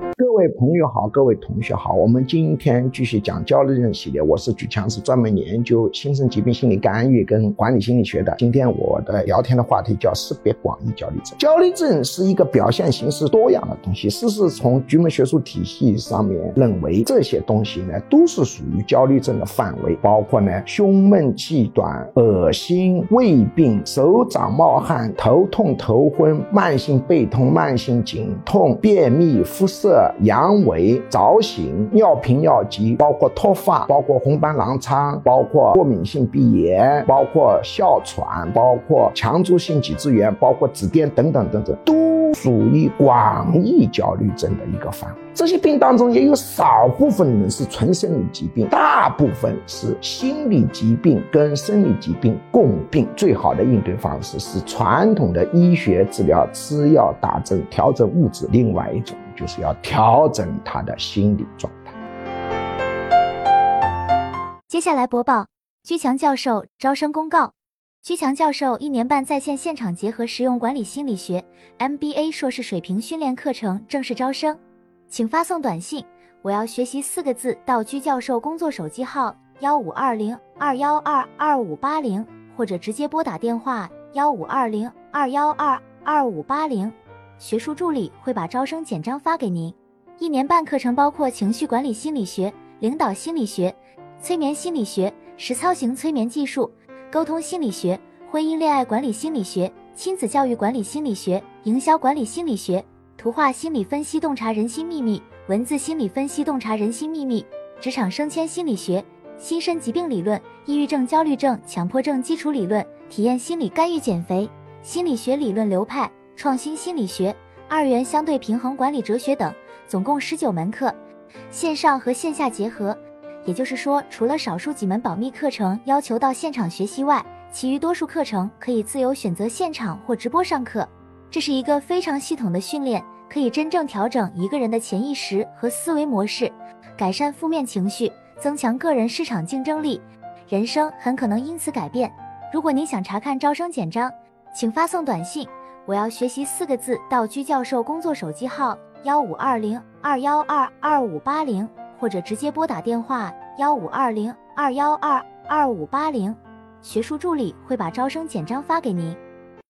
各位朋友好，各位同学好，我们今天继续讲焦虑症系列。我是举强，是专门研究新生疾病心理干预跟管理心理学的。今天我的聊天的话题叫识别广义焦虑症。焦虑症是一个表现形式多样的东西，事实从局门学术体系上面认为，这些东西呢都是属于焦虑症的范围，包括呢胸闷气短、恶心、胃病、手掌冒汗、头痛头昏、慢性背痛、慢性颈痛、便秘、肤色、阳痿、早醒、尿频尿急，包括脱发，包括红斑狼疮，包括过敏性鼻炎，包括哮喘，包括强迫性脊椎炎，包括紫癜等等等等，都属于广义焦虑症的一个范围。这些病当中也有少部分人是纯生理疾病，大部分是心理疾病跟生理疾病共病。最好的应对方式是传统的医学治疗，吃药打针调整物质，另外一种就是要调整他的心理状态。 接下来播报居强教授招生公告。居强教授1年半在线现场结合实用管理心理学 MBA 硕士水平训练课程正式招生，请发送短信我要学习4个字到居教授工作手机号152021222580，或者直接拨打电话152021222580，学术助理会把招生简章发给您。1年半课程包括情绪管理心理学、领导心理学、催眠心理学、实操型催眠技术、沟通心理学、婚姻恋爱管理心理学、亲子教育管理心理学、营销管理心理学、图画心理分析洞察人心秘密、文字心理分析洞察人心秘密、职场升迁心理学、新生疾病理论、抑郁症、焦虑症、强迫症基础理论、体验心理干预减肥、心理学理论流派、创新心理学、2元相对平衡管理哲学等，总共19门课，线上和线下结合。也就是说，除了少数几门保密课程要求到现场学习外，其余多数课程可以自由选择现场或直播上课。这是一个非常系统的训练，可以真正调整一个人的潜意识和思维模式，改善负面情绪，增强个人市场竞争力，人生很可能因此改变。如果您想查看招生简章，请发送短信我要学习4个字到居教授工作手机号152021222580，或者直接拨打电话152021222580，学术助理会把招生简章发给您。